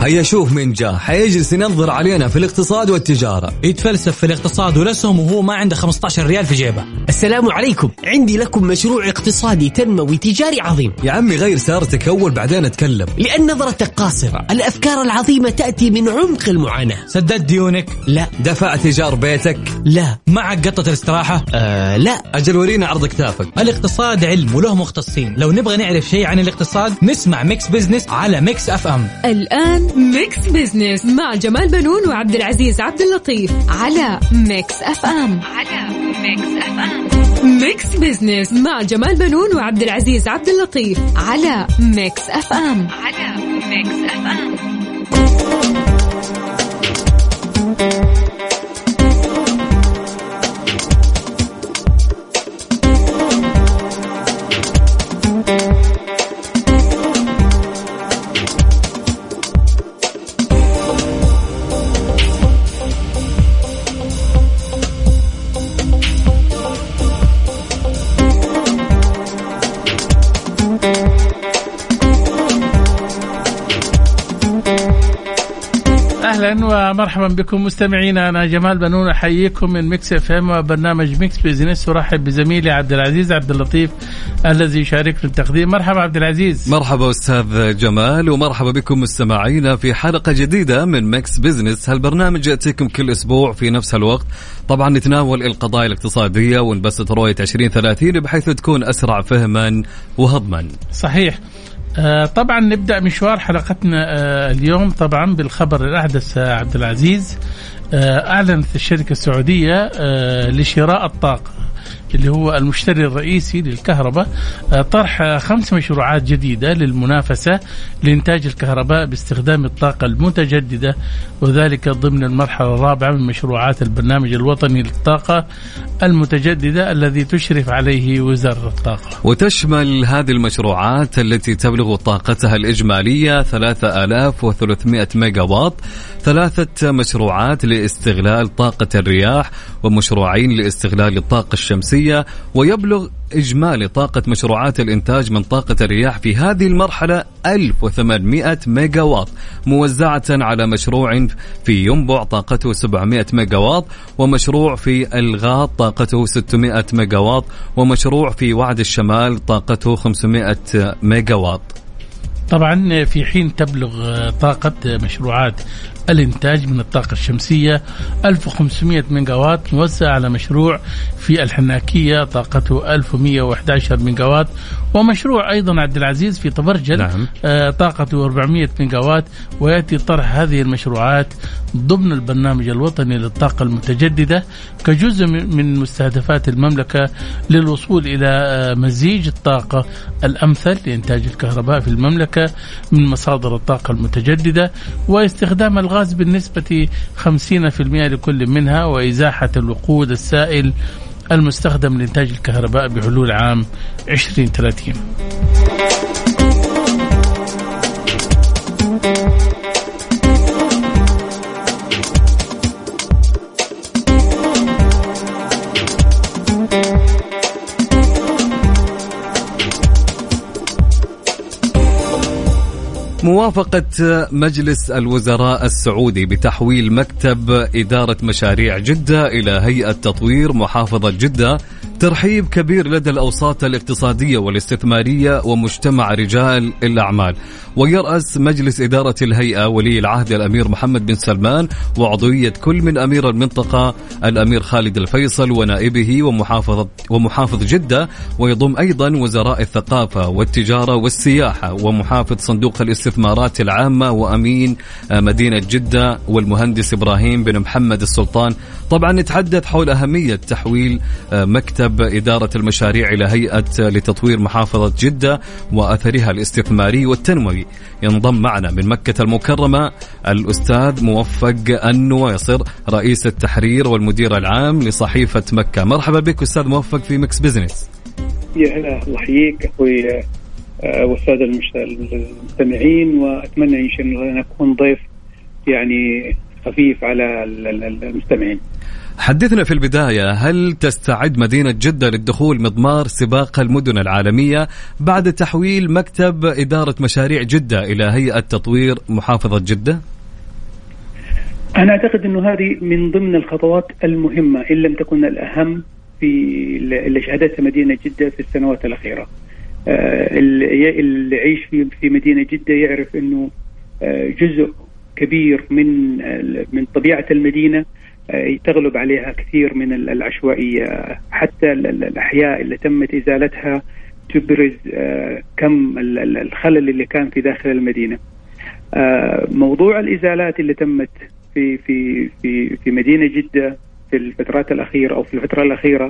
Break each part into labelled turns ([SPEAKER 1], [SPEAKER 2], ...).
[SPEAKER 1] هيا شوف من جاء حيجلس ينظر علينا في الاقتصاد والتجارة،
[SPEAKER 2] يتفلسف في الاقتصاد والأسهم وهو ما عنده 15 ريال في جيبه.
[SPEAKER 3] السلام عليكم، عندي لكم مشروع اقتصادي تنموي تجاري عظيم.
[SPEAKER 1] يا عمي غير سيارتك أول بعدين أتكلم.
[SPEAKER 3] لأن نظرتك قاصرة، الأفكار العظيمة تأتي من عمق المعاناة.
[SPEAKER 2] سددت ديونك؟
[SPEAKER 3] لا.
[SPEAKER 1] دفعت إيجار بيتك؟
[SPEAKER 3] لا.
[SPEAKER 2] معك قطة الاستراحة؟
[SPEAKER 3] لا.
[SPEAKER 1] أجل ورينا عرض كتافك.
[SPEAKER 2] الاقتصاد علم وله مختصين، لو نبغى نعرف شيء عن الاقتصاد نسمع ميكس بزنس على ميكس اف ام.
[SPEAKER 4] الآن ميكس بزنس مع جمال بنون وعبد العزيز عبد اللطيف على ميكس اف ام. ميكس بزنس مع جمال بنون وعبد العزيز عبد اللطيف على ميكس اف ام.
[SPEAKER 5] أهلا ومرحبا بكم مستمعينا، أنا جمال بنون أحييكم من ميكس اف ام وبرنامج ميكس بزنس، ورحب بزميلي عبد العزيز عبد اللطيف الذي يشارك في التقديم. مرحبا عبد العزيز.
[SPEAKER 1] مرحبا أستاذ جمال، ومرحبا بكم مستمعينا في حلقة جديدة من ميكس بزنس. هالبرنامج يأتيكم كل أسبوع في نفس الوقت، طبعا نتناول القضايا الاقتصادية ونبسط رؤية 2030 بحيث تكون أسرع فهما وهضما.
[SPEAKER 5] صحيح. طبعا نبدأ مشوار حلقتنا اليوم طبعا بالخبر الأحدث. عبد العزيز، أعلنت الشركة السعودية لشراء الطاقة اللي هو المشتري الرئيسي للكهرباء طرح 5 مشروعات جديدة للمنافسة لإنتاج الكهرباء باستخدام الطاقة المتجددة، وذلك ضمن المرحلة الرابعة من مشروعات البرنامج الوطني للطاقة المتجددة الذي تشرف عليه وزارة الطاقة.
[SPEAKER 1] وتشمل هذه المشروعات التي تبلغ طاقتها الإجمالية 3300 ميجا واط 3 مشروعات لاستغلال طاقة الرياح ومشروعين لاستغلال الطاقة الشمسية، ويبلغ إجمالي طاقة مشروعات الإنتاج من طاقة الرياح في هذه المرحلة 1800 ميجا واط، موزعة على مشروع في ينبع طاقته 700 ميجا واط، ومشروع في الغاط طاقته 600 ميجا واط، ومشروع في وعد الشمال طاقته 500 ميجا واط.
[SPEAKER 5] طبعا في حين تبلغ طاقة مشروعات الإنتاج من الطاقة الشمسية 1500 ميجا واط، موزع على مشروع في الحناكية طاقته 1111 ميجا واط، ومشروع أيضا عبد العزيز في طبرجل
[SPEAKER 1] نعم.
[SPEAKER 5] طاقته 400 ميجا واط. ويأتي طرح هذه المشروعات ضمن البرنامج الوطني للطاقة المتجددة كجزء من مستهدفات المملكة للوصول إلى مزيج الطاقة الأمثل لإنتاج الكهرباء في المملكة من مصادر الطاقة المتجددة، واستخدام الغاز بالنسبة 50% لكل منها، وإزاحة الوقود السائل المستخدم لإنتاج الكهرباء بحلول عام 2030.
[SPEAKER 1] موافقة مجلس الوزراء السعودي بتحويل مكتب إدارة مشاريع جدة إلى هيئة تطوير محافظة جدة ترحيب كبير لدى الأوساط الاقتصادية والاستثمارية ومجتمع رجال الأعمال. ويرأس مجلس إدارة الهيئة ولي العهد الأمير محمد بن سلمان، وعضوية كل من أمير المنطقة الأمير خالد الفيصل ونائبه ومحافظ جدة، ويضم أيضا وزراء الثقافة والتجارة والسياحة ومحافظ صندوق الاستثمارات العامة وأمين مدينة جدة والمهندس إبراهيم بن محمد السلطان. طبعا نتحدث حول أهمية تحويل مكتب إدارة المشاريع إلى هيئة لتطوير محافظة جدة وأثرها الاستثماري والتنموي. ينضم معنا من مكة المكرمة الأستاذ موفق النويصر، رئيس التحرير والمدير العام لصحيفة مكة. مرحبا بك أستاذ موفق في ميكس بزنس.
[SPEAKER 6] يا هلا، الله يحييك أخوي والسادة المستمعين، وأتمنى إن شاء الله أن أكون ضيف يعني خفيف على المستمعين.
[SPEAKER 1] حدثنا في البداية، هل تستعد مدينة جدة للدخول مضمار سباق المدن العالمية بعد تحويل مكتب إدارة مشاريع جدة إلى هيئة تطوير محافظة جدة؟
[SPEAKER 6] أنا أعتقد أنه هذه من ضمن الخطوات المهمة إن لم تكن الأهم في اللي شهدتها مدينة جدة في السنوات الأخيرة. اللي يعيش في مدينة جدة يعرف أنه جزء كبير من طبيعة المدينة تغلب عليها كثير من العشوائية. حتى الأحياء اللي تمت إزالتها تبرز كم الخلل اللي كان في داخل المدينة. موضوع الإزالات اللي تمت في في في في مدينة جدة في الفترات الأخيرة أو في الفترة الأخيرة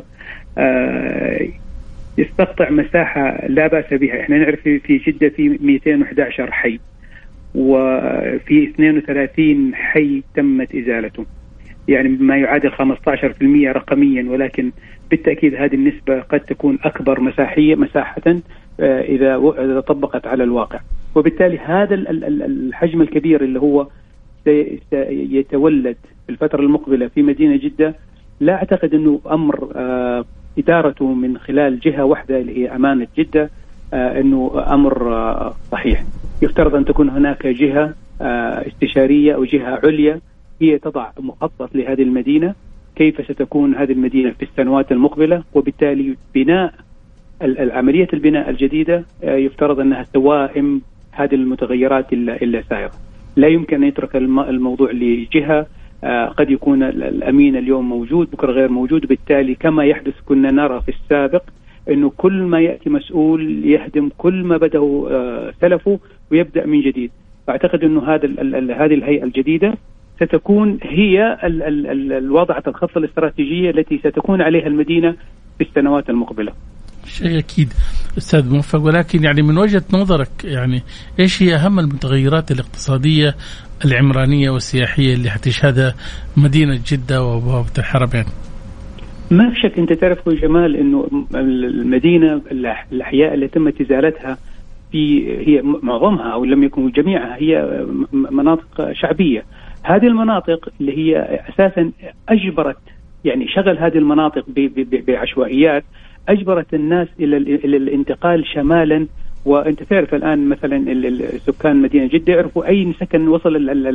[SPEAKER 6] يستقطع مساحة لا بأس بها. احنا نعرف في جدة في 211 حي، وفي 32 حي تمت إزالته، يعني ما يعادل 15% رقميا، ولكن بالتأكيد هذه النسبة قد تكون أكبر مساحة إذا طبقت على الواقع. وبالتالي هذا الحجم الكبير اللي هو سيتولد في الفترة المقبلة في مدينة جدة، لا أعتقد أنه أمر إدارته من خلال جهة واحدة اللي هي أمانة جدة أنه أمر صحيح. يفترض أن تكون هناك جهة استشارية أو جهة عليا هي تضع مخطط لهذه المدينة، كيف ستكون هذه المدينة في السنوات المقبلة، وبالتالي بناء عملية البناء الجديدة يفترض أنها توائم هذه المتغيرات اللي سائرة. لا يمكن أن يترك الموضوع لجهة قد يكون الأمين اليوم موجود بكرة غير موجود، بالتالي كما يحدث كنا نرى في السابق أنه كل ما يأتي مسؤول يهدم كل ما بدأه سلفه ويبدأ من جديد. فأعتقد أنه هذه الهيئة الجديدة ستكون هي الوضعة الخطة الاستراتيجية التي ستكون عليها المدينة في السنوات المقبلة.
[SPEAKER 5] شيء أكيد أستاذ موفق، ولكن يعني من وجهة نظرك يعني إيش هي أهم المتغيرات الاقتصادية العمرانية والسياحية اللي حتشهدها مدينة جدة وبوابة الحرمين؟
[SPEAKER 6] ما في شك، أنت تعرف يا جمال أنه المدينة الأحياء اللي تمت إزالتها هي معظمها أو لم يكن جميعها هي مناطق شعبية. هذه المناطق اللي هي أساسا أجبرت، يعني شغل هذه المناطق بعشوائيات، أجبرت الناس إلى الانتقال شمالا. وأنت تعرف الآن مثلا سكان مدينة جدة يعرفوا أي سكن وصل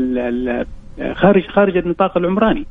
[SPEAKER 6] خارج النطاق العمراني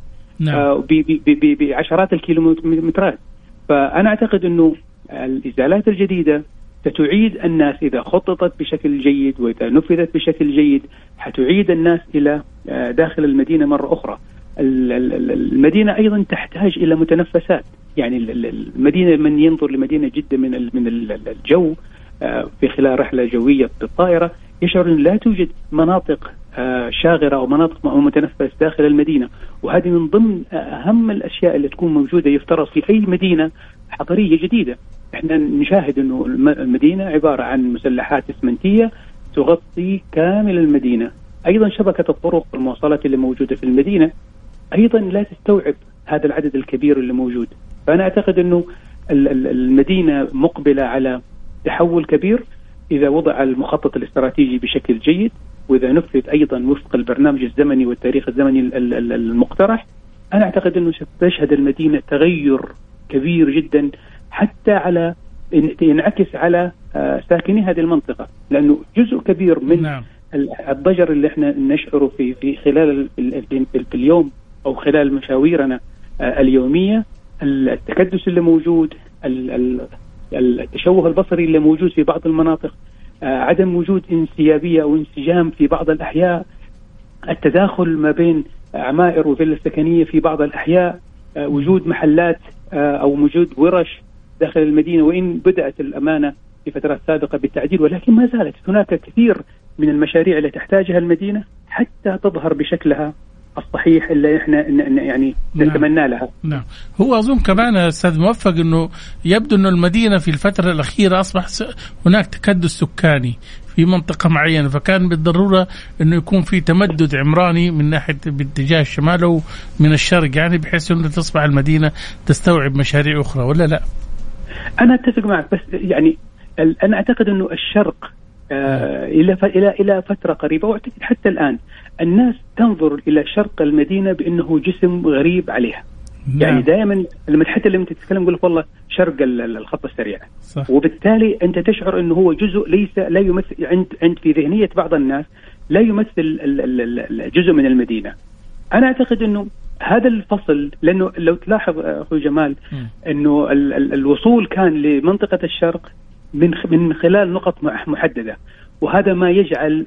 [SPEAKER 6] بعشرات الكيلومترات. فأنا أعتقد أنه الإزالات الجديدة ستعيد الناس إذا خططت بشكل جيد وإذا نفذت بشكل جيد حتعيد الناس إلى داخل المدينة مرة أخرى. المدينة أيضا تحتاج إلى متنفسات، يعني المدينة من ينظر لمدينة جدة من الجو في خلال رحلة جوية بالطائرة يشعر أن لا توجد مناطق شاغرة أو مناطق متنفس داخل المدينة، وهذه من ضمن أهم الأشياء اللي تكون موجودة يفترض في أي مدينة حضرية جديدة. احنا نشاهد أنه المدينة عبارة عن مسلحات إسمنتية تغطي كامل المدينة. أيضا شبكة الطرق والمواصلات اللي موجودة في المدينة أيضا لا تستوعب هذا العدد الكبير اللي موجود. فأنا أعتقد أنه المدينة مقبلة على تحول كبير إذا وضع المخطط الاستراتيجي بشكل جيد، وإذا نفذ أيضا وفق البرنامج الزمني والتاريخ الزمني المقترح. أنا أعتقد أنه ستشهد المدينة تغير كبير جدا، حتى على ينعكس على ساكني هذه المنطقة، لأنه جزء كبير من الضجر اللي احنا نشعره في خلال في اليوم أو خلال مشاويرنا اليومية، التكدس اللي موجود، التشوه البصري اللي موجود في بعض المناطق، عدم وجود انسيابية أو انسجام في بعض الأحياء، التداخل ما بين عمائر وفيلا سكنية في بعض الأحياء، وجود محلات أو وجود ورش داخل المدينة، وإن بدأت الأمانة في فترات سابقة بالتعديل، ولكن ما زالت هناك كثير من المشاريع اللي تحتاجها المدينة حتى تظهر بشكلها الصحيح اللي احنا يعني نتمنى لها.
[SPEAKER 5] نعم. هو أظن كمان أستاذ موفق أنه يبدو أنه المدينة في الفترة الأخيرة أصبح هناك تكدس سكاني في منطقة معينة، فكان بالضرورة أنه يكون في تمدد عمراني من ناحية باتجاه الشمال ومن الشرق، يعني بحيث أنه تصبح المدينة تستوعب مشاريع أخرى، ولا لا؟
[SPEAKER 6] أنا أتفق معك، بس يعني أنا أعتقد أنه الشرق إلى فترة قريبة، وأعتقد حتى الآن الناس تنظر إلى شرق المدينة بأنه جسم غريب عليها. يعني دائما حتى لما تتكلم يقول لك والله شرق الخط السريع
[SPEAKER 5] صح.
[SPEAKER 6] وبالتالي أنت تشعر أنه هو جزء لا يمثل عند في ذهنية بعض الناس لا يمثل جزء من المدينة. أنا أعتقد أنه هذا الفصل، لأنه لو تلاحظ أخوي جمال أنه الوصول كان لمنطقة الشرق من خلال نقط محددة، وهذا ما يجعل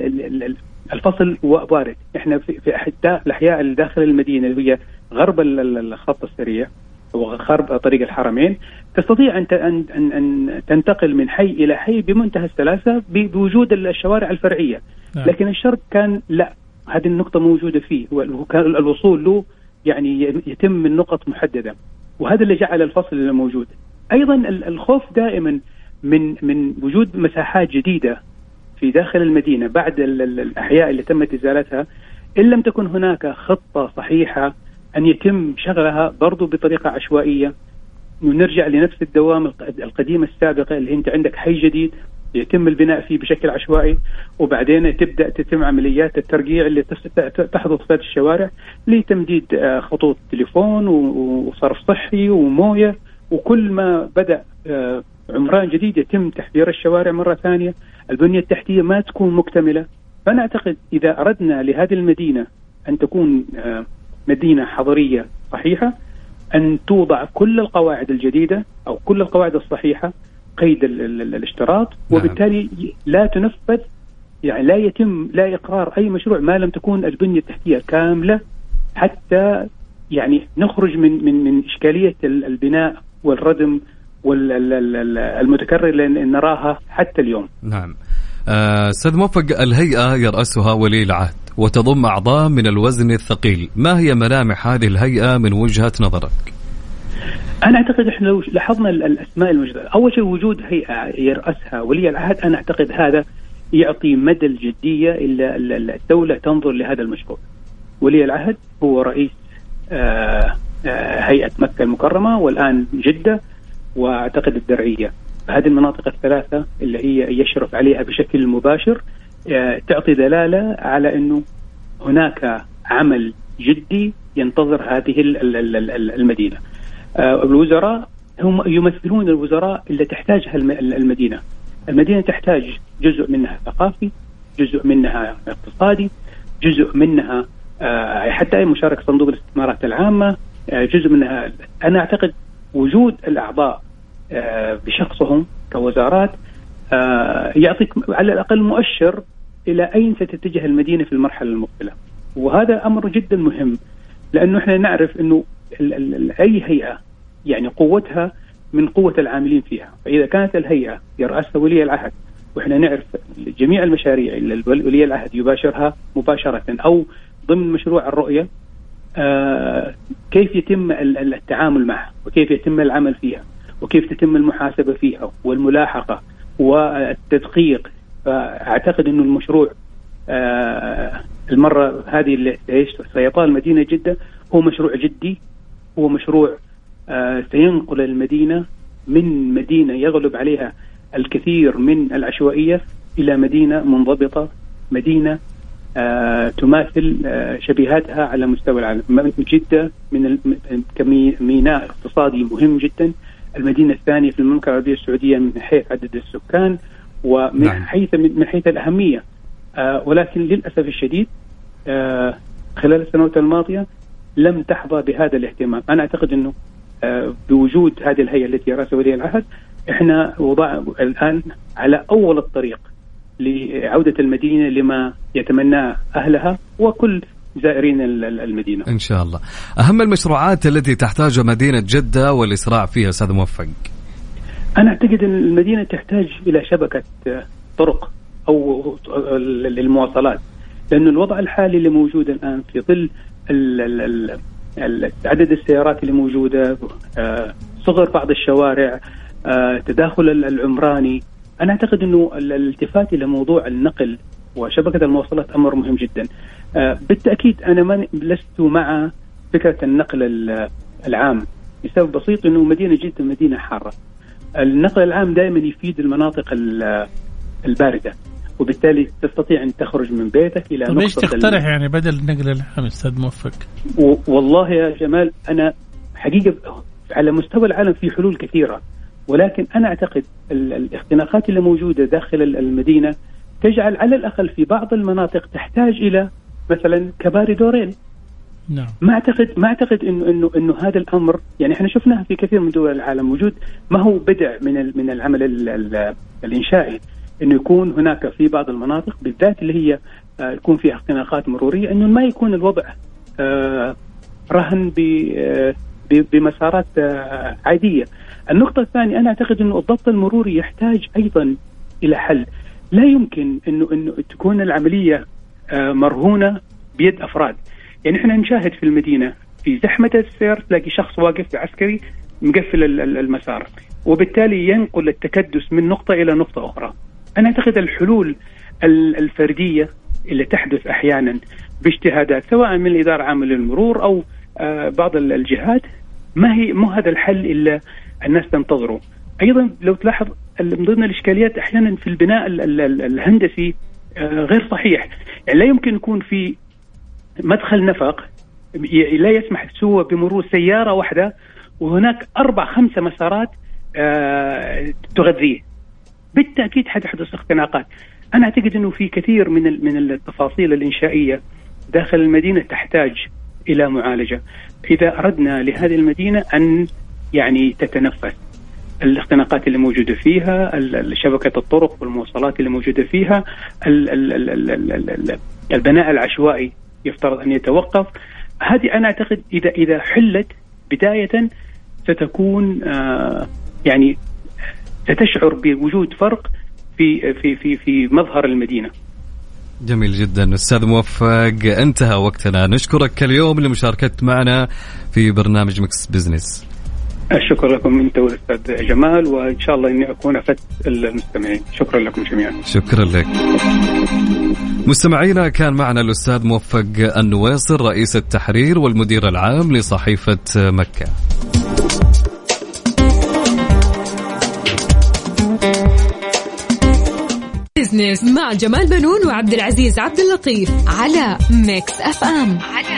[SPEAKER 6] الفصل وارد. احنا في احد الاحياء اللي داخل المدينه اللي هي غرب الخط السريع وغرب طريق الحرمين، تستطيع ان تنتقل من حي الى حي بمنتهى السلاسه بوجود الشوارع الفرعيه. لكن الشرق كان لا، هذه النقطه موجوده فيه، وكان الوصول له يعني يتم من نقط محدده، وهذا اللي جعل الفصل موجود. ايضا الخوف دائما من وجود مساحات جديده في داخل المدينة بعد الأحياء اللي تمت إزالتها، إن لم تكن هناك خطة صحيحة أن يتم شغلها برضو بطريقة عشوائية، ونرجع لنفس الدوام القديمة السابقة اللي أنت عندك حي جديد يتم البناء فيه بشكل عشوائي، وبعدين تبدأ تتم عمليات الترقيع اللي تحدث في الشوارع لتمديد خطوط تليفون وصرف صحي وموية، وكل ما بدأ عمران جديد يتم تحذير الشوارع مرة ثانية، البنية التحتية ما تكون مكتملة. فأنا أعتقد إذا أردنا لهذه المدينة أن تكون مدينة حضرية صحيحة، أن توضع كل القواعد الجديدة أو كل القواعد الصحيحة قيد الاشتراط، وبالتالي لا تنفذ، يعني لا يتم إقرار أي مشروع ما لم تكون البنية التحتية كاملة، حتى يعني نخرج من إشكالية البناء والردم والمتكرر اللي نراها حتى اليوم.
[SPEAKER 1] نعم. أستاذ موفق، الهيئة يرأسها ولي العهد وتضم أعضاء من الوزن الثقيل، ما هي ملامح هذه الهيئة من وجهة نظرك؟
[SPEAKER 6] أنا أعتقد إحنا لو لاحظنا الأسماء الموجودة، أول شيء وجود هيئة يرأسها ولي العهد، أنا أعتقد هذا يعطي مدى الجدية إلا الدولة تنظر لهذا المشروع. ولي العهد هو رئيس هيئة مكة المكرمة والآن جدة وأعتقد الدرعية، هذه المناطق الثلاثة اللي هي يشرف عليها بشكل مباشر، تعطي دلالة على أنه هناك عمل جدي ينتظر هذه المدينة. الوزراء هم يمثلون الوزراء اللي تحتاجها المدينة. المدينة تحتاج جزء منها ثقافي، جزء منها اقتصادي، جزء منها حتى مشاركة صندوق الاستثمارات العامة، جزء منها. أنا أعتقد وجود الأعضاء بشخصهم كوزارات يعطيك على الأقل مؤشر إلى أين ستتجه المدينة في المرحلة المقبلة، وهذا أمر جدا مهم، لأنه إحنا نعرف إنه أي هيئة يعني قوتها من قوة العاملين فيها. فإذا كانت الهيئة يرأسها ولي العهد، وإحنا نعرف جميع المشاريع اللي ولي العهد يباشرها مباشرة أو ضمن مشروع الرؤية، كيف يتم التعامل معها، وكيف يتم العمل فيها، وكيف تتم المحاسبة فيها والملاحقة والتدقيق. فأعتقد أنه المشروع المرة هذه اللي سيطال مدينة جدة هو مشروع جدي، هو مشروع سينقل المدينة من مدينة يغلب عليها الكثير من العشوائية إلى مدينة منضبطة، مدينة تماثل شبيهاتها على مستوى العالم. جدة من كميناء اقتصادي مهم جدا، المدينة الثانية في المملكة العربية السعودية من حيث عدد السكان ومن حيث الأهمية، ولكن للأسف الشديد خلال السنوات الماضية لم تحظى بهذا الاهتمام. أنا أعتقد أنه بوجود هذه الهيئة التي يرأسها ولي العهد، إحنا الآن على أول الطريق لعودة المدينة لما يتمناه أهلها وكل زائرين المدينة
[SPEAKER 1] إن شاء الله. أهم المشروعات التي تحتاجها مدينة جدة والإسراع فيها أستاذ موفق؟
[SPEAKER 6] أنا أعتقد أن المدينة تحتاج إلى شبكة طرق أو المواصلات، لأن الوضع الحالي اللي موجود الآن في ظل عدد السيارات اللي موجودة، صغر بعض الشوارع، تداخل العمراني، أنا أعتقد أنه الالتفات إلى موضوع النقل وشبكة المواصلات أمر مهم جدا. بالتأكيد أنا لست مع فكرة النقل العام لسبب بسيط، أنه مدينة جدة مدينة حارة. النقل العام دائما يفيد المناطق الباردة، وبالتالي تستطيع أن تخرج من بيتك إلى نقطة.
[SPEAKER 5] ليش تقترح يعني بدل النقل العام أستاذ موفق؟
[SPEAKER 6] والله يا جمال أنا حقيقة على مستوى العالم في حلول كثيرة، ولكن أنا أعتقد الاختناقات اللي موجودة داخل المدينة تجعل على الأقل في بعض المناطق تحتاج إلى مثلا كباري دورين.
[SPEAKER 5] نعم.
[SPEAKER 6] ما أعتقد إنه هذا الأمر، يعني إحنا شفناها في كثير من دول العالم وجود، ما هو بدع من العمل الإنشائي، إنه يكون هناك في بعض المناطق بالذات اللي هي يكون فيها اختناقات مرورية، إنه ما يكون الوضع رهن بمسارات عادية. النقطة الثانية، أنا أعتقد إنه الضبط المروري يحتاج أيضا إلى حل. لا يمكن إنه تكون العملية مرهونة بيد أفراد. يعني إحنا نشاهد في المدينة في زحمة السير تلاقي شخص واقف بعسكري مقفل المسار، وبالتالي ينقل التكدس من نقطة إلى نقطة أخرى. أنا أعتقد الحلول الفردية اللي تحدث أحيانا باجتهادات سواء من الإدارة العامة للمرور أو بعض الجهات، مو هذا الحل إلا الناس تنتظره. أيضا لو تلاحظ من ضمن الإشكاليات أحيانا في البناء الهندسي غير صحيح. يعني لا يمكن يكون في مدخل نفق لا يسمح سوى بمرور سيارة واحدة وهناك 4-5 مسارات تغذيه. بالتأكيد حتحدث اختناقات. أنا أعتقد أنه في كثير من التفاصيل الإنشائية داخل المدينة تحتاج إلى معالجة إذا أردنا لهذه المدينة أن يعني تتنفس. الاختناقات اللي موجودة فيها، شبكة الطرق والمواصلات اللي موجودة فيها، البناء العشوائي يفترض أن يتوقف. هذه أنا أعتقد إذا حلت بداية ستكون يعني ستشعر بوجود فرق في مظهر المدينة.
[SPEAKER 1] جميل جدا أستاذ موفق، انتهى وقتنا. نشكرك اليوم لمشاركتك معنا في برنامج مكس بزنس.
[SPEAKER 6] الشكر لكم أنت والأستاذ جمال، وإن شاء الله إني أكون أفدت المستمعين. شكرا لكم جميعا.
[SPEAKER 1] شكرا لك. مستمعينا، كان معنا الأستاذ موفق النويصر رئيس التحرير والمدير العام لصحيفة مكة.
[SPEAKER 4] بزنس مع جمال بنون وعبد العزيز عبد اللطيف على ميكس اف ام.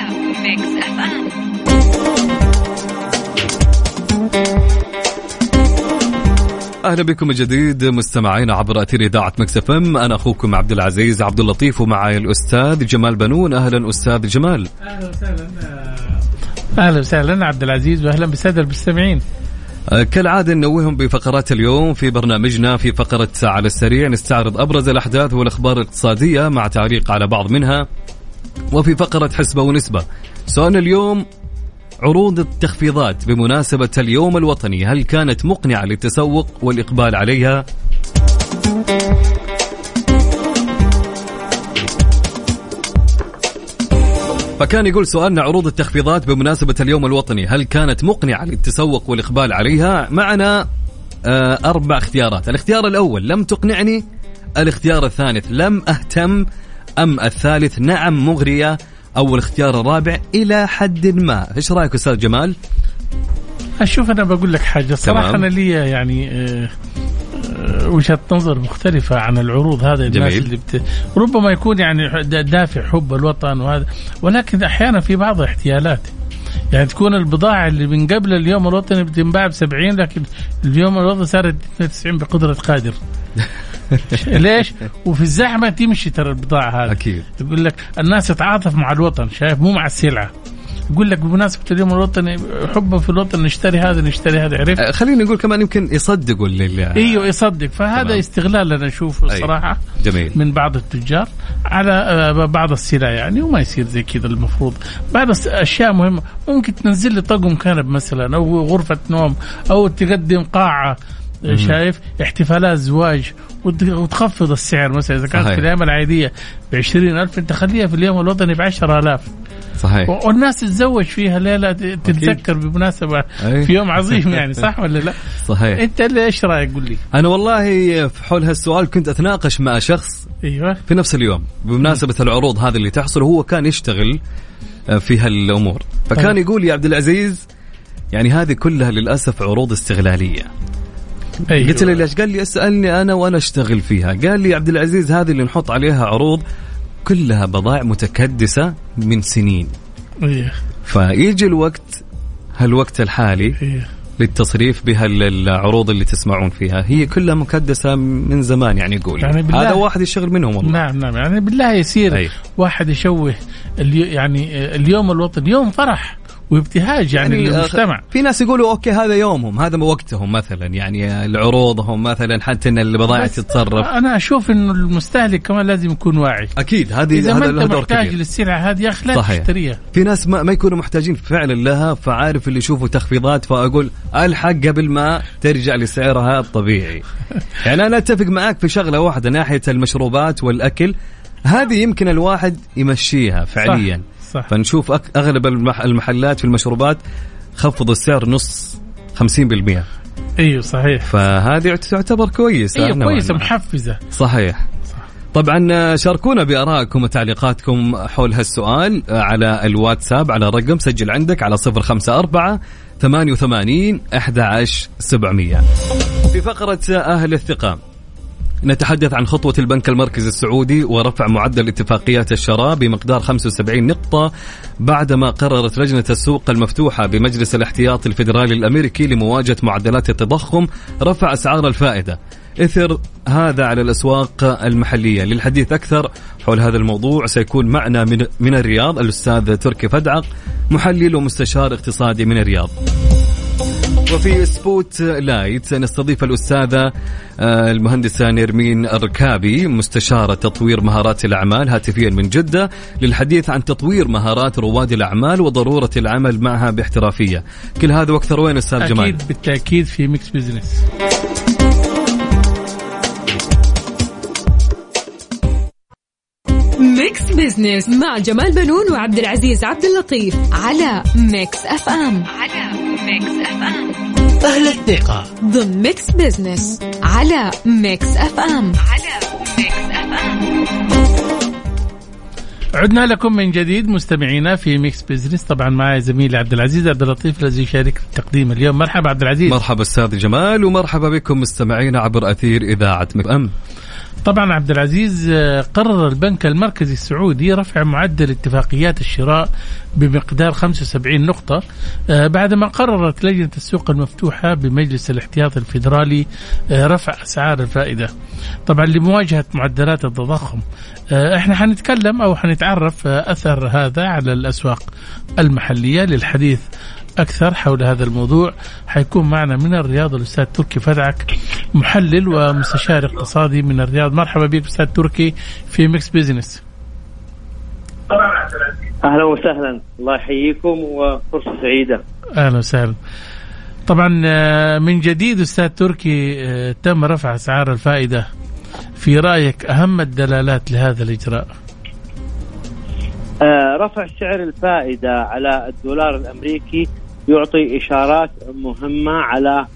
[SPEAKER 1] أهلا بكم من جديد مستمعين عبر أثير إذاعة ميكس اف ام. أنا أخوكم عبد العزيز عبد اللطيف ومعي الأستاذ جمال بنون. أهلا أستاذ جمال.
[SPEAKER 5] أهلا وسهلا. أهلا وسهلا عبد العزيز، وأهلا بالسادة المستمعين.
[SPEAKER 1] كالعادة ننوههم بفقرات اليوم في برنامجنا. في فقرة على السريع نستعرض أبرز الأحداث والأخبار الاقتصادية مع تعليق على بعض منها. وفي فقرة حسبة ونسبة سؤال اليوم: عروض التخفيضات بمناسبة اليوم الوطني هل كانت مقنعة للتسوق والإقبال عليها؟ فكان يقول سؤالنا: عروض التخفيضات بمناسبة اليوم الوطني هل كانت مقنعة للتسوق والإقبال عليها؟ معنا 4 اختيارات. الاختيار الأول: لم تقنعني. الاختيار الثالث: لم أهتم. أم الثالث: نعم مغرية. أو الاختيار الرابع: إلى حد ما. إيش رأيك أستاذ جمال؟
[SPEAKER 5] أشوف أنا بقول لك حاجة صراحة، أنا لي يعني وجهة نظر مختلفة عن العروض هذا. الناس اللي ربما يكون يعني دافع حب الوطن وهذا، ولكن أحيانا في بعض احتيالات. يعني تكون البضاعة اللي من قبل اليوم الوطني بتنباع ب70، لكن اليوم الوطني صارت 92 بقدرة قادر. ليش؟ وفي الزحمة تمشي ترى البضاعة هذه.
[SPEAKER 1] أكيد.
[SPEAKER 5] يقول لك الناس تتعاطف مع الوطن، شايف، مو مع السلعة. يقول لك بمناسبة اليوم الوطني حبا في الوطن نشتري هذا نشتري هذا. عرفت؟
[SPEAKER 1] خلينا نقول كمان يمكن يصدقوا اللي
[SPEAKER 5] ايوه يصدق. فهذا تمام. استغلال أنا أشوفه صراحة
[SPEAKER 1] جميل
[SPEAKER 5] من بعض التجار على بعض السلع يعني، وما يصير زي كذا. المفروض بعض أشياء مهمة ممكن تنزل لي طقم كنب مثلا، أو غرفة نوم، أو تقدم قاعة، شايف، احتفالات زواج، وتخفض السعر مثلا إذا كانت في الأيام العادية ب20,000 أنت خليها في اليوم الوطني ب10,000.
[SPEAKER 1] صحيح.
[SPEAKER 5] والناس تتزوج فيها ليلة تتذكر بمناسبة في يوم عظيم يعني. صح ولا لا؟
[SPEAKER 1] صحيح.
[SPEAKER 5] أنت إيش رأيك؟ قل لي.
[SPEAKER 1] أنا والله في حول هالسؤال كنت أتناقش مع شخص في نفس اليوم بمناسبة العروض هذه اللي تحصل، وهو كان يشتغل في هالأمور. فكان يقول يا عبد العزيز يعني هذه كلها للأسف عروض استغلالية. قلت له ليش؟ قال لي اسألني أنا وأنا أشتغل فيها. قال لي عبد العزيز هذه اللي نحط عليها عروض كلها بضائع متكدسة من سنين. فيجي الوقت هالوقت الحالي للتصريف بها العروض اللي تسمعون فيها هي كلها مكدسة من زمان يعني يقول يعني هذا واحد يشغل منهم والله.
[SPEAKER 5] نعم يعني بالله يصير واحد يشوه يعني اليوم الوطني يوم فرح وابتهاج يعني للمجتمع.
[SPEAKER 1] في ناس يقولوا أوكي هذا يومهم هذا وقتهم مثلا يعني العروضهم مثلا حتى إن البضائع تتصرف.
[SPEAKER 5] أنا أشوف إنه المستهلك كمان لازم يكون واعي.
[SPEAKER 1] أكيد
[SPEAKER 5] إذا ما أنت محتاج للسلعة هذه يا أخي لا تشتريها.
[SPEAKER 1] في ناس ما يكونوا محتاجين فعلا لها فعارف اللي يشوفوا تخفيضات فأقول الحق قبل ما ترجع لسعرها الطبيعي. يعني أنا أتفق معك في شغلة واحدة ناحية المشروبات والأكل هذه يمكن الواحد يمشيها فعليا. صح. فنشوف أغلب المحلات في المشروبات خفضوا السعر نص 50%.
[SPEAKER 5] أيوه صحيح.
[SPEAKER 1] فهذه تعتبر كويسة.
[SPEAKER 5] أيوه كويسة محفزة.
[SPEAKER 1] صحيح. طبعا شاركونا بآرائكم وتعليقاتكم حول هالسؤال على الواتساب على رقم سجل عندك على 054 88 11 700. في فقرة أهل الثقة نتحدث عن خطوة البنك المركزي السعودي ورفع معدل اتفاقيات الشراء بمقدار 75 نقطة بعدما قررت لجنة السوق المفتوحة بمجلس الاحتياط الفيدرالي الأمريكي لمواجهة معدلات التضخم رفع أسعار الفائدة إثر هذا على الأسواق المحلية. للحديث أكثر حول هذا الموضوع سيكون معنا من الرياض الأستاذ تركي فدعق محلل ومستشار اقتصادي من الرياض. وفي سبوت لايت نستضيف الأستاذة المهندسة نيرمين الركابي مستشارة تطوير مهارات الأعمال هاتفيا من جدة للحديث عن تطوير مهارات رواد الأعمال وضرورة العمل معها باحترافية. كل هذا وأكثر وين أستاذ جمال؟
[SPEAKER 5] أكيد بالتأكيد في ميكس بيزنس.
[SPEAKER 4] ميكس بيزنس مع جمال بنون وعبد العزيز عبد اللطيف على ميكس اف ام.
[SPEAKER 3] أهل الثقة
[SPEAKER 4] ضمن ميكس بيزنس على ميكس اف ام.
[SPEAKER 5] عدنا لكم من جديد مستمعينا في ميكس بيزنس. طبعا معي زميلي عبد العزيز عبد اللطيف الذي يشارك في التقديم اليوم. مرحبا عبد العزيز.
[SPEAKER 1] مرحبا أستاذ جمال ومرحبا بكم مستمعينا عبر أثير إذاعة ميكس أم.
[SPEAKER 5] طبعا عبد العزيز قرر البنك المركزي السعودي رفع معدل اتفاقيات الشراء بمقدار 75 نقطة بعدما قررت لجنة السوق المفتوحة بمجلس الاحتياط الفيدرالي رفع أسعار الفائدة طبعا لمواجهة معدلات التضخم. احنا حنتكلم أو حنتعرف أثر هذا على الأسواق المحلية. للحديث أكثر حول هذا الموضوع حيكون معنا من الرياض الأستاذ تركي فدعك محلل ومستشار اقتصادي من الرياض. مرحبا بك أستاذ تركي في ميكس بيزنس.
[SPEAKER 7] أهلا وسهلا الله يحييكم وفرصة سعيدة.
[SPEAKER 5] أهلا وسهلا. طبعا من جديد أستاذ تركي تم رفع أسعار الفائدة. في رأيك أهم الدلالات لهذا الإجراء؟
[SPEAKER 7] رفع سعر الفائدة على الدولار الأمريكي يعطي إشارات مهمة على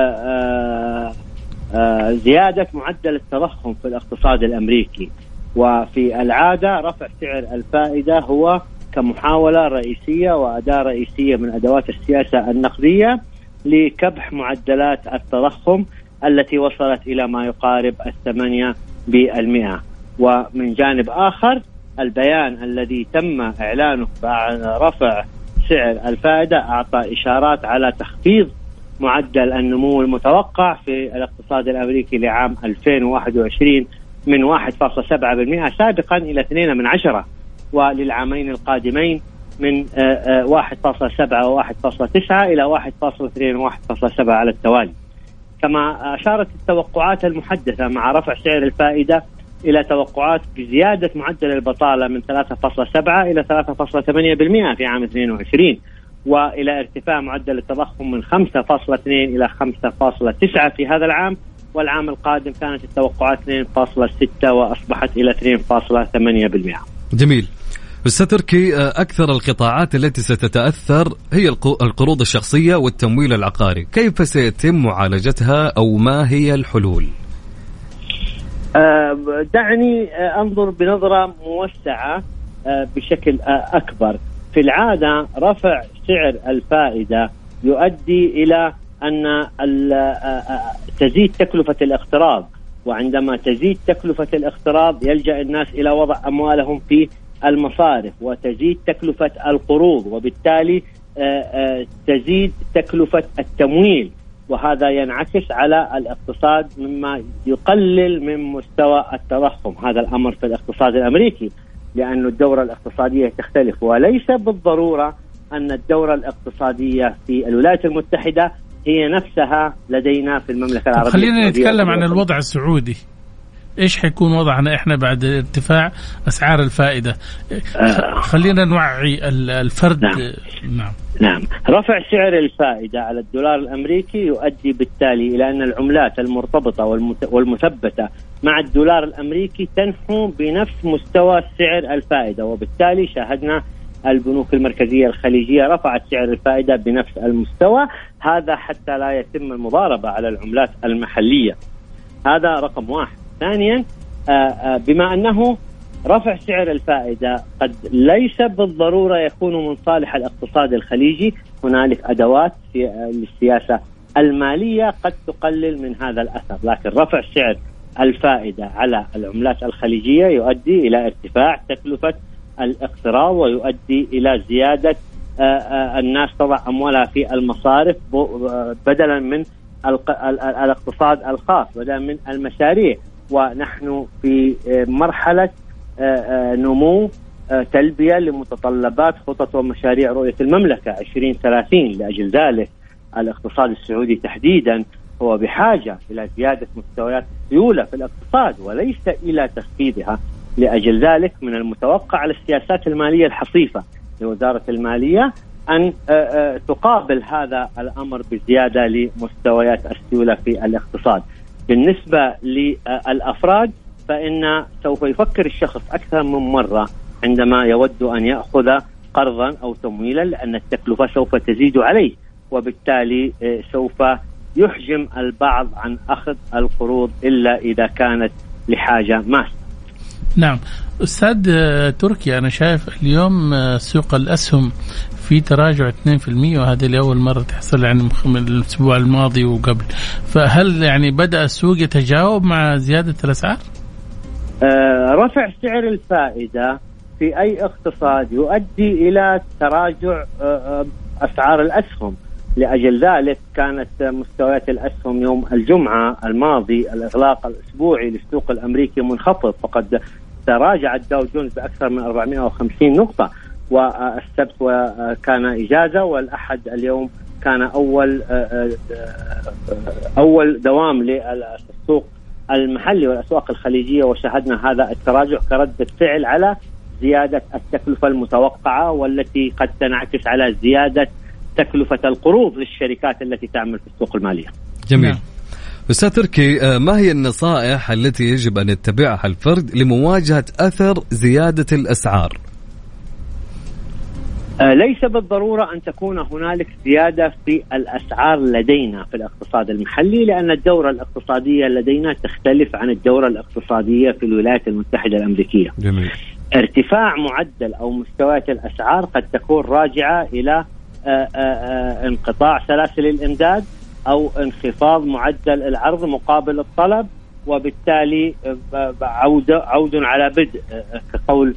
[SPEAKER 7] زيادة معدل التضخم في الاقتصاد الأمريكي. وفي العادة رفع سعر الفائدة هو كمحاولة رئيسية وأداة رئيسية من أدوات السياسة النقدية لكبح معدلات التضخم التي وصلت إلى ما يقارب 8%. ومن جانب آخر البيان الذي تم إعلانه بعد رفع سعر الفائدة أعطى إشارات على تخفيض معدل النمو المتوقع في الاقتصاد الأمريكي لعام 2021 من 1.7% سابقا إلى 2%، وللعامين القادمين من 1.7 و1.9 إلى 1.2 و1.7 على التوالي. كما أشارت التوقعات المحدثة مع رفع سعر الفائدة إلى توقعات بزيادة معدل البطالة من 3.7 إلى 3.8% في عام 22، وإلى ارتفاع معدل التضخم من 5.2 إلى 5.9 في هذا العام، والعام القادم كانت التوقعات 2.6 وأصبحت إلى 2.8%.
[SPEAKER 1] جميل. أستاذ تركي، أكثر القطاعات التي ستتأثر هي القروض الشخصية والتمويل العقاري، كيف سيتم معالجتها أو ما هي الحلول؟
[SPEAKER 7] دعني أنظر بنظرة موسعة بشكل أكبر. في العادة رفع سعر الفائدة يؤدي إلى أن تزيد تكلفة الاقتراض، وعندما تزيد تكلفة الاقتراض يلجأ الناس إلى وضع أموالهم في المصارف وتزيد تكلفة القروض، وبالتالي تزيد تكلفة التمويل، وهذا ينعكس على الاقتصاد مما يقلل من مستوى التضخم. هذا الأمر في الاقتصاد الأمريكي، لأن الدورة الاقتصادية تختلف، وليس بالضرورة أن الدورة الاقتصادية في الولايات المتحدة هي نفسها لدينا في المملكة العربية.
[SPEAKER 5] خلينا نتكلم عن الوضع السعودي. إيش حيكون وضعنا إحنا بعد ارتفاع أسعار الفائدة؟ خلينا نوعي الفرد.
[SPEAKER 7] نعم. رفع سعر الفائدة على الدولار الأمريكي يؤدي بالتالي إلى أن العملات المرتبطة والمثبتة مع الدولار الأمريكي تنحو بنفس مستوى سعر الفائدة، وبالتالي شاهدنا البنوك المركزية الخليجية رفعت سعر الفائدة بنفس المستوى، هذا حتى لا يتم المضاربة على العملات المحلية. هذا رقم واحد. ثانيا، بما أنه رفع سعر الفائدة قد ليس بالضرورة يكون من صالح الاقتصاد الخليجي، هنالك أدوات في السياسة المالية قد تقلل من هذا الأثر، لكن رفع سعر الفائدة على العملات الخليجية يؤدي إلى ارتفاع تكلفة الاقتراض، ويؤدي إلى زيادة الناس تضع أموالها في المصارف بدلا من الاقتصاد الخاص، بدلا من المشاريع. ونحن في مرحلة نمو تلبية لمتطلبات خطط ومشاريع رؤية المملكة 2030. لأجل ذلك الاقتصاد السعودي تحديدا هو بحاجة إلى زيادة مستويات السيولة في الاقتصاد وليس إلى تخفيضها. لأجل ذلك من المتوقع على السياسات المالية الحصيفة لوزارة المالية أن تقابل هذا الأمر بزيادة لمستويات السيولة في الاقتصاد. بالنسبة للأفراد فإن سوف يفكر الشخص أكثر من مرة عندما يود أن يأخذ قرضا أو تمويلا، لأن التكلفة سوف تزيد عليه، وبالتالي سوف يحجم البعض عن أخذ القروض إلا إذا كانت لحاجة ماسة.
[SPEAKER 5] نعم أستاذ تركي، أنا شايف اليوم سوق الأسهم في تراجع 2%، وهذه لأول مرة تحصل يعني من الأسبوع الماضي وقبل. فهل يعني بدأ السوق يتجاوب مع زيادة الأسعار؟
[SPEAKER 7] رفع سعر الفائدة في أي اقتصاد يؤدي إلى تراجع أسعار الأسهم. لأجل ذلك كانت مستويات الأسهم يوم الجمعة الماضي الإغلاق الأسبوعي للسوق الأمريكي منخفض، فقد تراجع الداو جونز بأكثر من 450 نقطة، والسبت كان إجازة، والأحد اليوم كان أول دوام للسوق المحلي والأسواق الخليجية، وشاهدنا هذا التراجع كردة فعل على زيادة التكلفة المتوقعة، والتي قد تنعكس على زيادة تكلفة القروض للشركات التي تعمل في السوق المالية.
[SPEAKER 1] جميل. أستاذ تركي، ما هي النصائح التي يجب أن يتبعها الفرد لمواجهة أثر زيادة الأسعار؟
[SPEAKER 7] ليس بالضرورة أن تكون هنالك زيادة في الأسعار لدينا في الاقتصاد المحلي، لأن الدورة الاقتصادية لدينا تختلف عن الدورة الاقتصادية في الولايات المتحدة الأمريكية.
[SPEAKER 1] جميل.
[SPEAKER 7] ارتفاع معدل أو مستويات الأسعار قد تكون راجعة إلى انقطاع سلاسل الإمداد أو انخفاض معدل العرض مقابل الطلب، وبالتالي عود على بدء كقول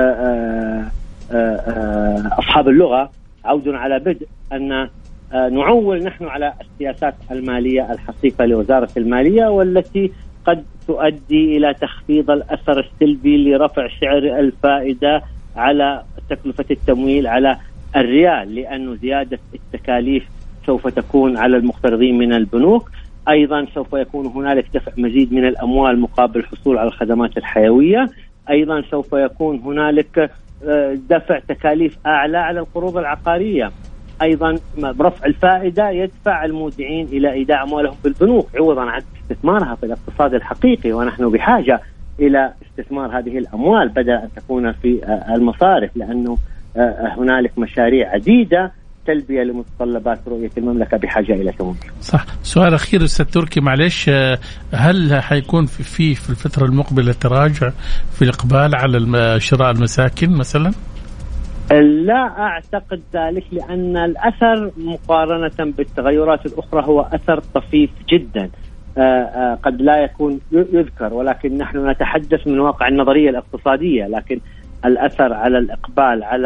[SPEAKER 7] أصحاب اللغة، عود على بدء أن نعول نحن على السياسات المالية الحصيفة لوزارة المالية، والتي قد تؤدي إلى تخفيض الأثر السلبي لرفع سعر الفائدة على تكلفة التمويل على الريال، لأن زيادة التكاليف سوف تكون على المقترضين من البنوك. أيضا سوف يكون هنالك دفع مزيد من الأموال مقابل الحصول على الخدمات الحيوية. أيضا سوف يكون هنالك دفع تكاليف أعلى على القروض العقارية. أيضا برفع الفائدة يدفع المودعين إلى إيداع أموالهم بالبنوك عوضا عن استثمارها في الاقتصاد الحقيقي، ونحن بحاجة إلى استثمار هذه الأموال بدل أن تكون في المصارف، لأنه هنالك مشاريع عديدة تلبية لمتطلبات رؤية المملكة بحاجة إلى تمويل.
[SPEAKER 5] صح. سؤال أخير أستاذ تركي معلش، هل حيكون في الفترة المقبلة تراجع في الإقبال على شراء المساكن مثلا؟
[SPEAKER 7] لا أعتقد ذلك، لأن الأثر مقارنة بالتغيرات الأخرى هو أثر طفيف جدا، قد لا يكون يذكر، ولكن نحن نتحدث من واقع النظرية الاقتصادية، لكن الأثر على الإقبال على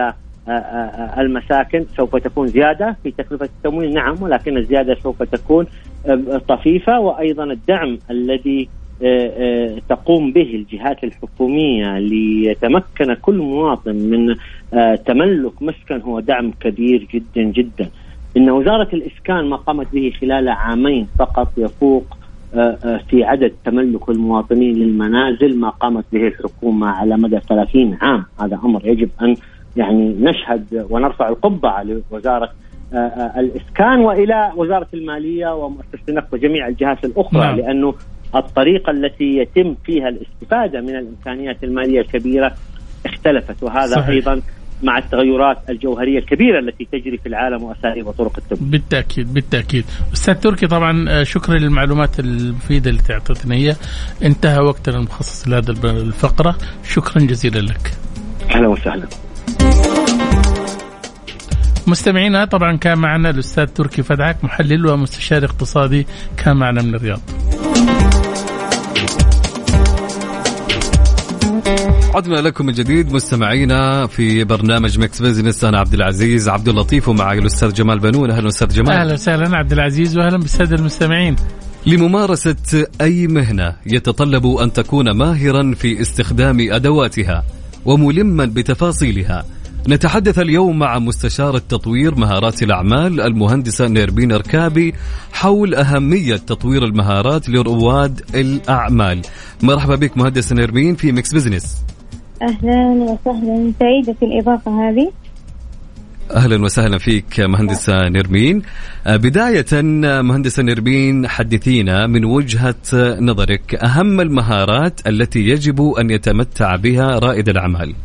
[SPEAKER 7] المساكن سوف تكون زيادة في تكلفة التمويل، نعم، ولكن الزيادة سوف تكون طفيفة. وأيضا الدعم الذي تقوم به الجهات الحكومية ليتمكن كل مواطن من تملك مسكن هو دعم كبير جدا جدا. إن وزارة الإسكان ما قامت به خلال عامين فقط يفوق في عدد تملك المواطنين للمنازل ما قامت به الحكومة على مدى 30 عام. هذا أمر يجب أن يعني نشهد ونرفع القبعة لوزارة الإسكان وإلى وزارة المالية ومؤسسة النقد وجميع الجهات الأخرى. نعم. لأنه الطريقة التي يتم فيها الاستفادة من الإمكانيات المالية الكبيرة اختلفت، وهذا صحيح. أيضا مع التغيرات الجوهرية الكبيرة التي تجري في العالم وأساليب وطرق التمويل.
[SPEAKER 5] بالتأكيد. أستاذ تركي، طبعا شكرا للمعلومات المفيدة اللي تعطيتنا هي. انتهى وقتنا المخصص لهذا الفقرة، شكرا جزيلا لك.
[SPEAKER 7] أهلا وسهلا.
[SPEAKER 5] مستمعينا، طبعا كان معنا الأستاذ تركي فدعك، محلل ومستشار اقتصادي، كان معنا من الرياض.
[SPEAKER 1] عدنا لكم من جديد مستمعينا في برنامج ميكس بيزنس. أنا عبد العزيز عبد اللطيف ومعي الأستاذ جمال بنون. أهلا أستاذ جمال.
[SPEAKER 5] أهلا وسهلا عبد العزيز، وأهلا بالسادة المستمعين.
[SPEAKER 1] لممارسة أي مهنة يتطلب أن تكون ماهرا في استخدام أدواتها وملما بتفاصيلها. نتحدث اليوم مع مستشار التطوير مهارات الأعمال المهندسة نيرمين ركابي حول أهمية تطوير المهارات لرواد الأعمال. مرحبا بك مهندسة نيرمين في ميكس بيزنس.
[SPEAKER 8] أهلا وسهلا، سعيدة في الإضافة هذه.
[SPEAKER 1] أهلا وسهلا فيك مهندسة نيرمين. بداية مهندسة نيرمين، حدثينا من وجهة نظرك أهم المهارات التي يجب أن يتمتع بها رائد الأعمال.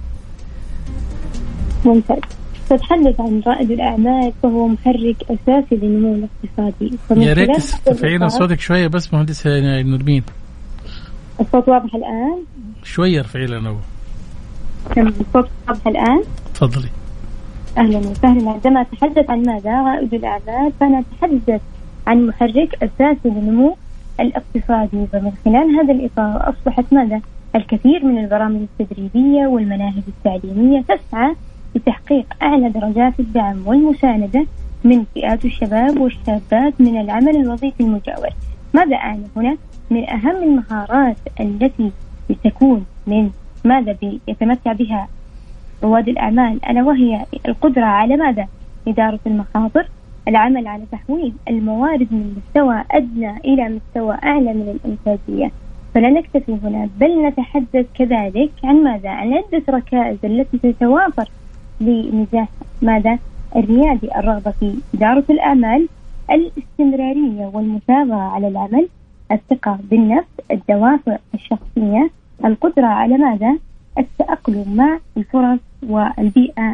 [SPEAKER 8] ممتاز. تتحدث عن رائد الأعمال فهو محرك أساسي للنمو الاقتصادي.
[SPEAKER 5] يا ريت ترفعين صوتك شوية بس مهندسة نيرمين.
[SPEAKER 8] الصوت واضح الآن؟
[SPEAKER 5] شوية ارفعي لنا.
[SPEAKER 8] الصوت واضح الآن؟
[SPEAKER 5] تفضلي.
[SPEAKER 8] أهلا وسهلا. عندما أتحدث عن ماذا رائد الأعمال فأنا أتحدث عن محرك أساسي للنمو الاقتصادي. ومن خلال هذا الإطار أصبحت ماذا الكثير من البرامج التدريبية والمناهج التعليمية تسعى لتحقيق أعلى درجات الدعم والمساندة من فئات الشباب والشابات من العمل الوظيفي المجاور. ماذا أعني هنا؟ من أهم المهارات التي تكون من ماذا يتمتع بها رواد الأعمال ألا وهي القدرة على ماذا؟ إدارة المخاطر، العمل على تحويل الموارد من مستوى أدنى إلى مستوى أعلى من الإنتاجية. فلا نكتفي هنا بل نتحدث كذلك عن ماذا؟ عن عدة ركائز التي تتوافر لنجاح ماذا؟ الريادي، الرغبة في إدارة الأعمال، الاستمرارية والمثابرة على العمل، الثقة بالنفس، الدوافع الشخصية، القدرة على ماذا؟ التأقلم مع الفرص والبيئة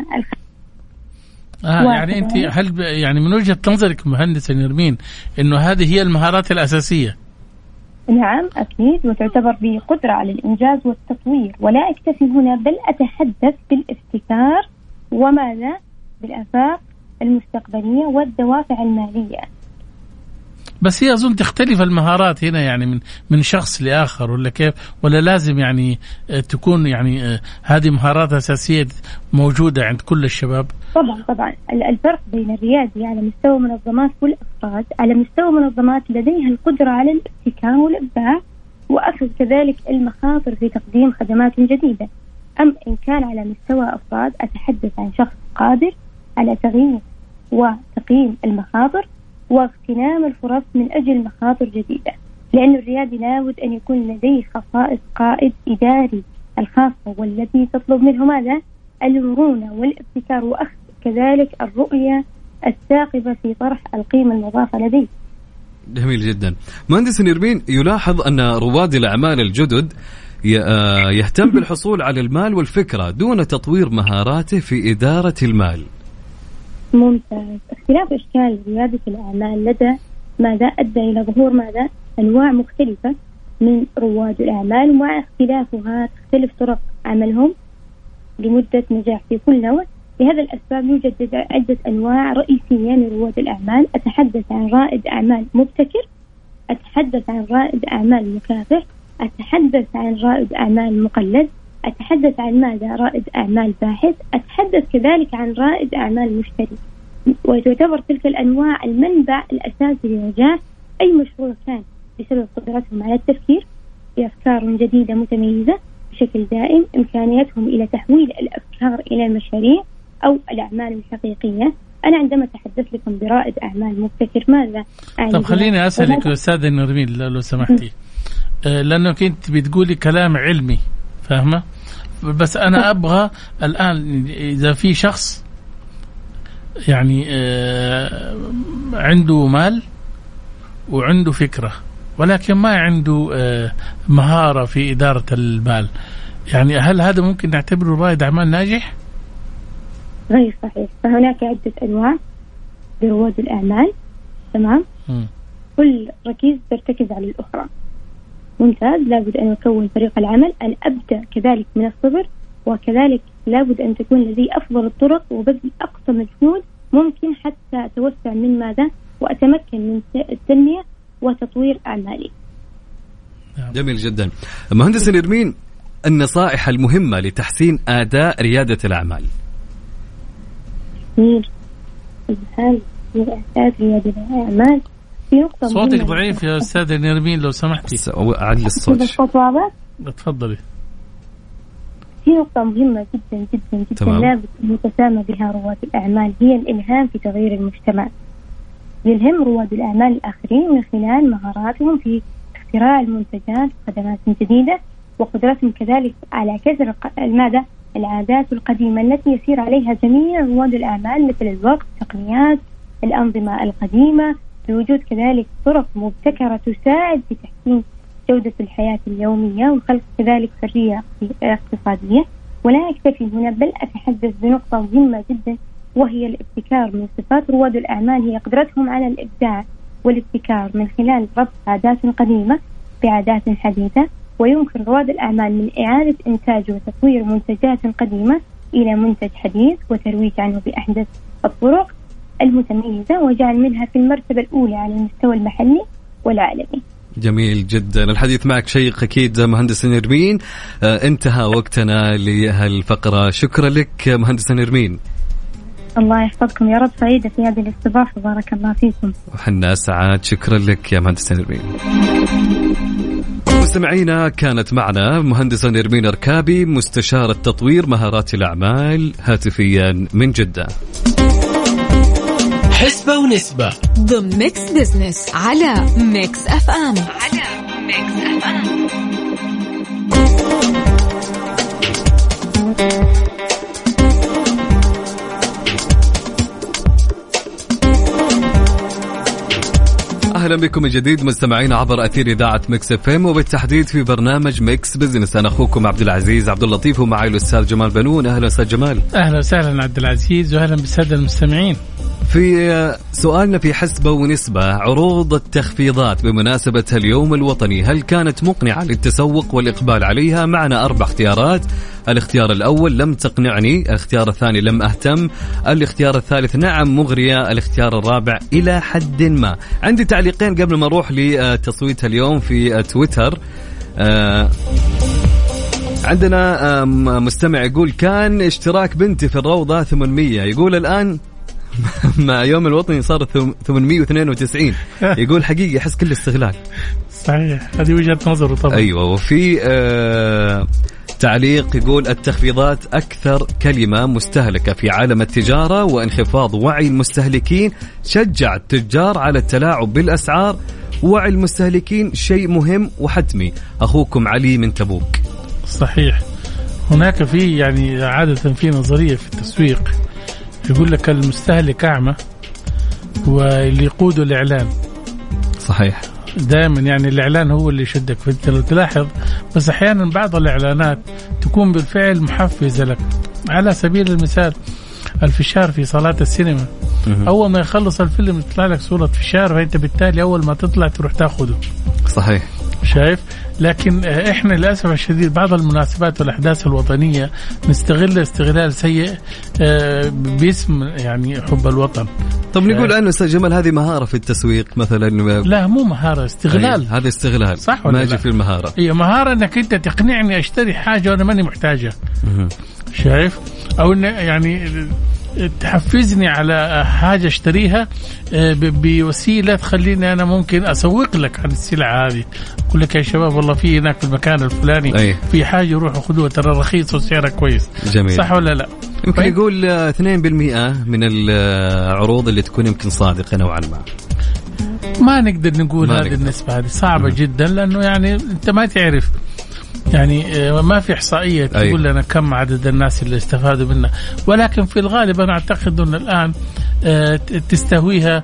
[SPEAKER 5] يعني أنت هل يعني من وجهة نظرك مهندسة نيرمين إنه هذه هي المهارات الأساسية؟
[SPEAKER 8] نعم أكيد، وتعتبر بقدرة على الإنجاز والتطوير. ولا أكتفي هنا بل أتحدث بالابتكار وماذا؟ بالآفاق المستقبلية والدوافع المالية.
[SPEAKER 5] بس هي أظن تختلف المهارات هنا يعني من شخص لآخر، ولا كيف؟ ولا لازم يعني تكون يعني هذه مهارات أساسية موجودة عند كل الشباب؟
[SPEAKER 8] طبعا الفرق بين الريادي على مستوى منظمات والأفراد، على مستوى منظمات لديها القدرة على الابتكار والإبداع وأخذ كذلك المخاطر في تقديم خدمات جديدة. أم إن كان على مستوى أفراد أتحدث عن شخص قادر على تغيير وتقييم المخاطر واغتنام الفرص من أجل مخاطر جديدة. لأن الريادي لابد أن يكون لديه خصائص قائد إداري الخاصة والتي تطلب منه ماذا؟ المرونة والابتكار وأخذ كذلك الرؤية الثاقبة في طرح القيمة المضافة لديه.
[SPEAKER 1] جميل جدا. مهندس نيرمين، يلاحظ أن رواد الأعمال الجدد يهتم بالحصول على المال والفكرة دون تطوير مهاراته في إدارة المال.
[SPEAKER 8] ممتاز. اختلاف إشكال ريادة الأعمال لدى ماذا أدى إلى ظهور ماذا؟ أنواع مختلفة من رواد الأعمال، ومع اختلافها تختلف طرق عملهم لمدة نجاح في كل نوع. لهذا الأسباب يوجد عدة أنواع رئيسية لرواد الأعمال. أتحدث عن رائد أعمال مبتكر، أتحدث عن رائد أعمال مكافح، أتحدث عن رائد أعمال مقلد، أتحدث عن ماذا؟ رائد أعمال باحث. أتحدث كذلك عن رائد أعمال مشتري، وتعتبر تلك الأنواع المنبع الأساسي لنجاح أي مشروع كان بسبب قدرتهم على التفكير بأفكار جديدة متميزة بشكل دائم، إمكانيتهم إلى تحويل الأفكار إلى المشاريع أو الأعمال الحقيقية. أنا عندما أتحدث لكم برائد أعمال مبتكر ماذا أعني؟
[SPEAKER 5] طب خليني أسألك أستاذة نرمين لو سمحتي، لأنه كنت بتقولي كلام علمي فاهمة، بس أنا أبغى الآن إذا في شخص يعني عنده مال وعنده فكرة ولكن ما عنده مهارة في إدارة المال، يعني هل هذا ممكن نعتبره رائد أعمال ناجح؟
[SPEAKER 8] غير صحيح. فهناك عدة أنواع لرواد الأعمال، تمام؟ كل ركيز ترتكز على الأخرى. ممتاز. لابد أن أكون فريق العمل، أن أبدأ كذلك من الصفر، وكذلك لابد أن تكون لدي أفضل الطرق وبذل أقصى مجهود ممكن حتى أتوسع من ماذا وأتمكن من التنمية وتطوير أعمالي.
[SPEAKER 1] جميل جدا. مهندس نرمين، النصائح المهمة لتحسين أداء ريادة الأعمال.
[SPEAKER 8] ريادة الأعمال في نقطة
[SPEAKER 5] صوتك ضعيف يا أستاذة نرمين لو سمحتي.
[SPEAKER 1] أعلي الصوت.
[SPEAKER 5] تفضلي.
[SPEAKER 8] في نقطة مهمة جدا جدا جدا لابد أن يتسامى بها رواد الأعمال، هي الإلهام في تغيير المجتمع. يلهم رواد الأعمال الآخرين من خلال مهاراتهم في اختراع المنتجات وخدمات جديدة، وقدرتهم كذلك على كسر العادات القديمة التي يسير عليها جميع رواد الأعمال، مثل الوقت، تقنيات الأنظمة القديمة، بوجود كذلك طرق مبتكرة تساعد في تحسين جودة الحياة اليومية وخلق كذلك حرية اقتصادية. ولا أكتفي هنا، بل أتحدث بنقطة مهمة جدا وهي الابتكار. من صفات رواد الأعمال هي قدرتهم على الإبداع والابتكار من خلال ربط عادات قديمة بعادات حديثة. ويمكن رواد الأعمال من إعادة إنتاج وتطوير منتجات قديمة إلى منتج حديث وترويج عنه بأحدث الطرق المتميزة، وجعل منها في المرتبة الأولى على المستوى المحلي والعالمي.
[SPEAKER 1] جميل جدا. الحديث معك شيق أكيد مهندس نرمين. انتهى وقتنا لهالفقرة. شكرا لك مهندس نرمين.
[SPEAKER 8] الله يحفظكم يا رب. سعيدة في هذه الاستضافة، بارك الله فيكم.
[SPEAKER 1] وحنا سعاد. شكرا لك يا مهندس نرمين. مستمعينا، كانت معنا مهندسة نرمين أركابي، مستشارة تطوير مهارات الأعمال، هاتفيا من جدة.
[SPEAKER 3] حسبة ونسبة
[SPEAKER 4] ضمن ميكس بزنس على ميكس اف ام.
[SPEAKER 1] أهلا بكم من جديد مستمعين عبر أثير إذاعة ميكس اف ام، وبالتحديد في برنامج ميكس بزنس. أنا أخوكم عبد العزيز عبد اللطيف، ومعي الأستاذ جمال بنون. أهلا أستاذ جمال.
[SPEAKER 5] أهلا وسهلا عبد العزيز، وأهلا بالسادة المستمعين.
[SPEAKER 1] في سؤالنا في حسبة ونسبة، عروض التخفيضات بمناسبة اليوم الوطني هل كانت مقنعة للتسوق والإقبال عليها؟ معنا 4 اختيارات. الاختيار الأول لم تقنعني، الاختيار الثاني لم أهتم، الاختيار الثالث نعم مغرية، الاختيار الرابع إلى حد ما. عندي تعليقين قبل ما نروح لتصويت اليوم في تويتر. عندنا مستمع يقول كان اشتراك بنتي في الروضة 800، يقول الآن مع يوم الوطني صار 892. يقول حقيقي يحس كل استغلال.
[SPEAKER 5] صحيح، هذه وجهة نظره طبعا.
[SPEAKER 1] أيوة. وفي تعليق يقول التخفيضات أكثر كلمة مستهلكة في عالم التجارة، وانخفاض وعي المستهلكين شجع التجار على التلاعب بالأسعار. وعي المستهلكين شيء مهم وحتمي. أخوكم علي من تبوك.
[SPEAKER 5] صحيح. هناك في يعني عادة في نظرية في التسويق يقول لك المستهلك أعمى واللي يقوده الإعلان.
[SPEAKER 1] صحيح.
[SPEAKER 5] دائما يعني الإعلان هو اللي يشدك. فأنت لو تلاحظ بس أحيانا بعض الإعلانات تكون بالفعل محفزة لك. على سبيل المثال الفشار في صالات السينما، أول ما يخلص الفيلم يطلع لك صورة فشار، فأنت بالتالي أول ما تطلع تروح تأخذه.
[SPEAKER 1] صحيح.
[SPEAKER 5] شايف. لكن احنا للاسف الشديد بعض المناسبات والاحداث الوطنيه نستغل استغلال سيء باسم يعني حب الوطن.
[SPEAKER 1] طب نقول عنه استاذ جمال هذه مهاره في التسويق مثلا؟
[SPEAKER 5] لا مو مهاره، استغلال.
[SPEAKER 1] هذا استغلال
[SPEAKER 5] صح ولا
[SPEAKER 1] ما يجي في المهاره؟ هي
[SPEAKER 5] مهاره انك انت تقنعني اشتري حاجه وانا ماني محتاجه. شايف؟ او يعني تحفزني على حاجة اشتريها بوسيلة تخليني أنا ممكن أسوق لك عن السلعة هذه. أقول لك يا شباب والله في هناك في المكان الفلاني في حاجة روحوا خذوها ترى رخيص وسعرها كويس.
[SPEAKER 1] جميل.
[SPEAKER 5] صح ولا لا؟
[SPEAKER 1] يمكن يقول 2% من العروض اللي تكون يمكن صادقة نوعا
[SPEAKER 5] ما نقدر نقول هذه النسبة هذه صعبة جدا، لأنه يعني أنت ما تعرف يعني ما في إحصائية تقول لنا كم عدد الناس اللي استفادوا منها، ولكن في الغالب أنا أعتقد أن الآن تستهويها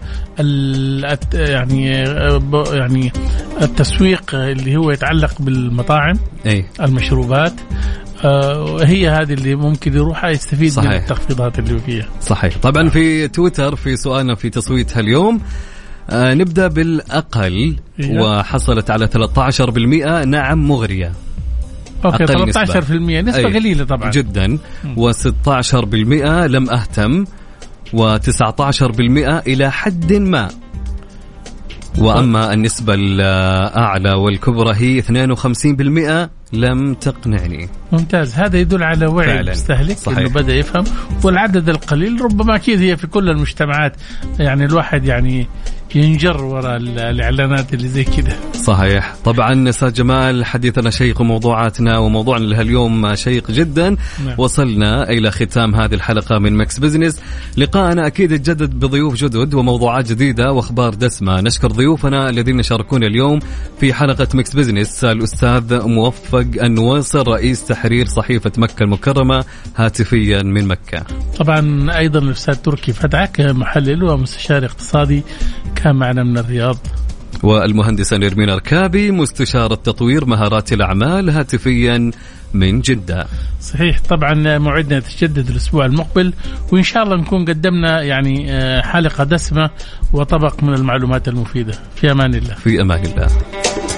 [SPEAKER 5] يعني التسويق اللي هو يتعلق بالمطاعم المشروبات، هي هذه اللي ممكن يروح يستفيد من التخفيضات اللي فيها.
[SPEAKER 1] صحيح. طبعا في تويتر في سؤالنا في تصويتها اليوم نبدأ بالأقل وحصلت على 13% نعم مغرية.
[SPEAKER 5] أوكي 13% نسبة قليلة طبعا
[SPEAKER 1] جدا، و16% لم أهتم، و19% إلى حد ما. وأما النسبة الأعلى والكبرى هي 52% لم تقنعني.
[SPEAKER 5] ممتاز. هذا يدل على وعي المستهلك إنه بدأ يفهم، والعدد القليل ربما أكيد هي في كل المجتمعات يعني الواحد يعني ينجر وراء الإعلانات اللي زي كده.
[SPEAKER 1] صحيح. طبعا أستاذ جمال حديثنا شيق وموضوعاتنا وموضوعنا لهاليوم شيق جدا. وصلنا إلى ختام هذه الحلقة من مكس بزنس. لقاءنا أكيد يتجدد بضيوف جدد وموضوعات جديدة وأخبار دسمة. نشكر ضيوفنا الذين شاركونا اليوم في حلقة مكس بزنس، الأستاذ موفق النواصر رئيس تحرير صحيفة مكة المكرمة هاتفيا من مكة.
[SPEAKER 5] طبعا أيضا الأستاذ تركي فتعك محلل ومستشار اقتصادي كان معنا من الرياض.
[SPEAKER 1] والمهندسة نرمين أركابي مستشارة تطوير مهارات الأعمال هاتفيا من جدة.
[SPEAKER 5] صحيح. طبعا موعدنا يتجدد الأسبوع المقبل، وإن شاء الله نكون قدمنا يعني حلقة دسمة وطبق من المعلومات المفيدة. في أمان الله.
[SPEAKER 1] في أمان الله.